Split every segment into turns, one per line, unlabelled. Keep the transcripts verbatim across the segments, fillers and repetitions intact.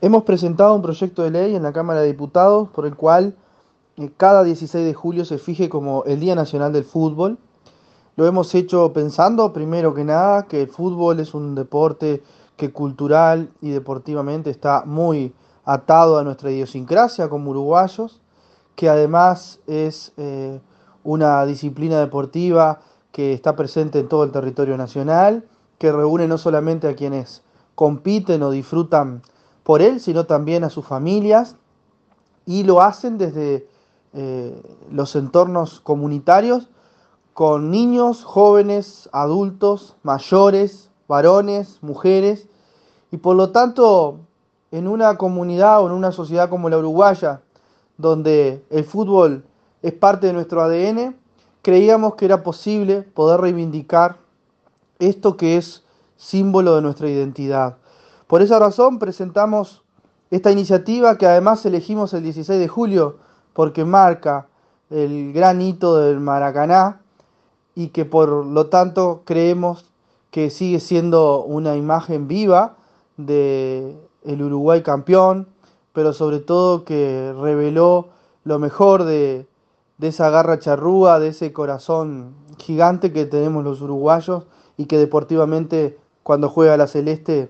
Hemos presentado un proyecto de ley en la Cámara de Diputados por el cual eh, cada dieciséis de julio se fije como el Día Nacional del Fútbol. Lo hemos hecho pensando, primero que nada, que el fútbol es un deporte que cultural y deportivamente está muy atado a nuestra idiosincrasia como uruguayos, que además es eh, una disciplina deportiva que está presente en todo el territorio nacional, que reúne no solamente a quienes compiten o disfrutan por él, sino también a sus familias, y lo hacen desde eh, los entornos comunitarios con niños, jóvenes, adultos, mayores, varones, mujeres, y por lo tanto, en una comunidad o en una sociedad como la uruguaya, donde el fútbol es parte de nuestro A D N, creíamos que era posible poder reivindicar esto que es símbolo de nuestra identidad. Por esa razón presentamos esta iniciativa que además elegimos el dieciséis de julio porque marca el gran hito del Maracaná y que por lo tanto creemos que sigue siendo una imagen viva de el Uruguay campeón, pero sobre todo que reveló lo mejor de, de esa garra charrúa, de ese corazón gigante que tenemos los uruguayos y que deportivamente cuando juega la Celeste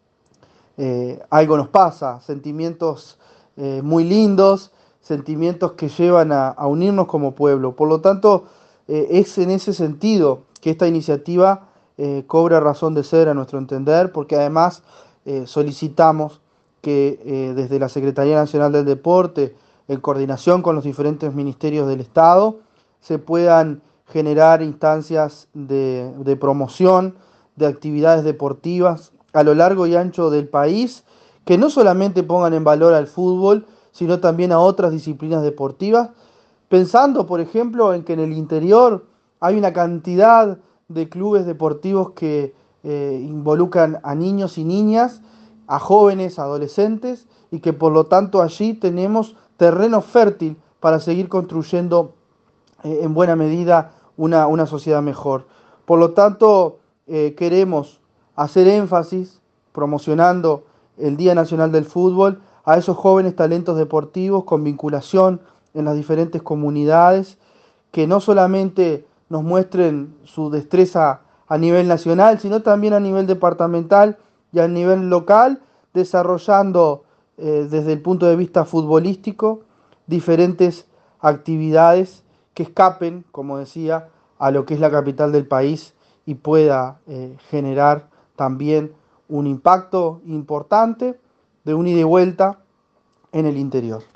eh, algo nos pasa, sentimientos eh, muy lindos, sentimientos que llevan a, a unirnos como pueblo. Por lo tanto, eh, es en ese sentido que esta iniciativa eh, cobra razón de ser a nuestro entender, porque además eh, solicitamos que eh, desde la Secretaría Nacional del Deporte, en coordinación con los diferentes ministerios del Estado, se puedan generar instancias de, de promoción de actividades deportivas a lo largo y ancho del país, que no solamente pongan en valor al fútbol, sino también a otras disciplinas deportivas, pensando, por ejemplo, en que en el interior hay una cantidad de clubes deportivos que eh, involucran a niños y niñas, a jóvenes, adolescentes, y que por lo tanto allí tenemos terreno fértil para seguir construyendo eh, en buena medida una, una sociedad mejor. Por lo tanto, eh, queremos hacer énfasis promocionando el Día Nacional del Fútbol a esos jóvenes talentos deportivos con vinculación en las diferentes comunidades que no solamente nos muestren su destreza a nivel nacional, sino también a nivel departamental y a nivel local, desarrollando eh, desde el punto de vista futbolístico diferentes actividades que escapen, como decía, a lo que es la capital del país y pueda eh, generar también un impacto importante de un ida y vuelta en el interior.